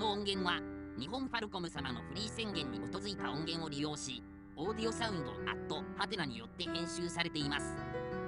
の音源は日本ファルコム様のフリー宣言に基づいた音源を利用し、オーディオサウンドハテナによって編集されています。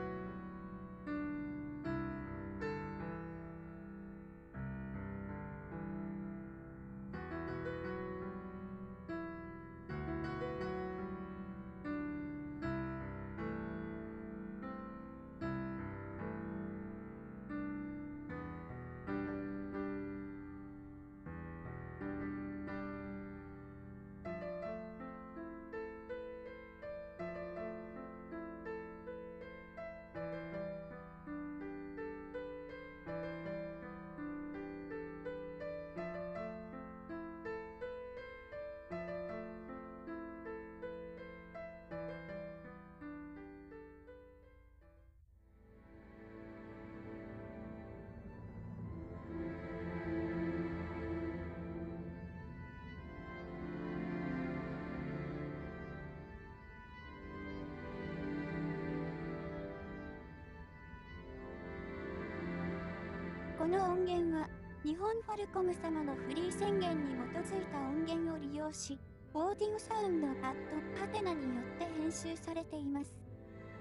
この音源は、日本ファルコム様のフリー宣言に基づいた音源を利用し、オーディオサウンドハテナによって編集されています。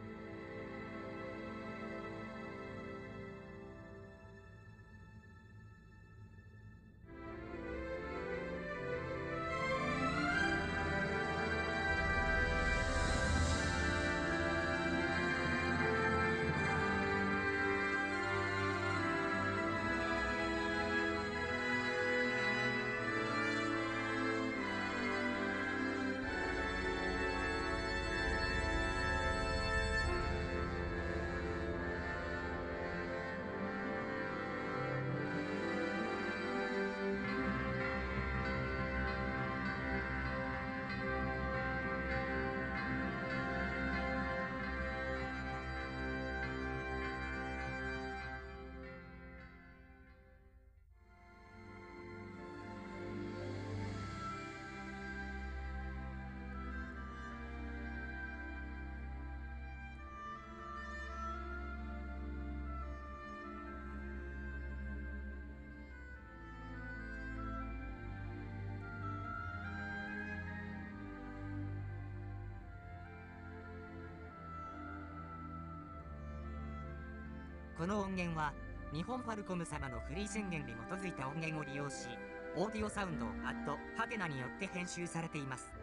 この音源は日本ファルコム様のフリー宣言に基づいた音源を利用し、オーディオサウンドハテナによって編集されています。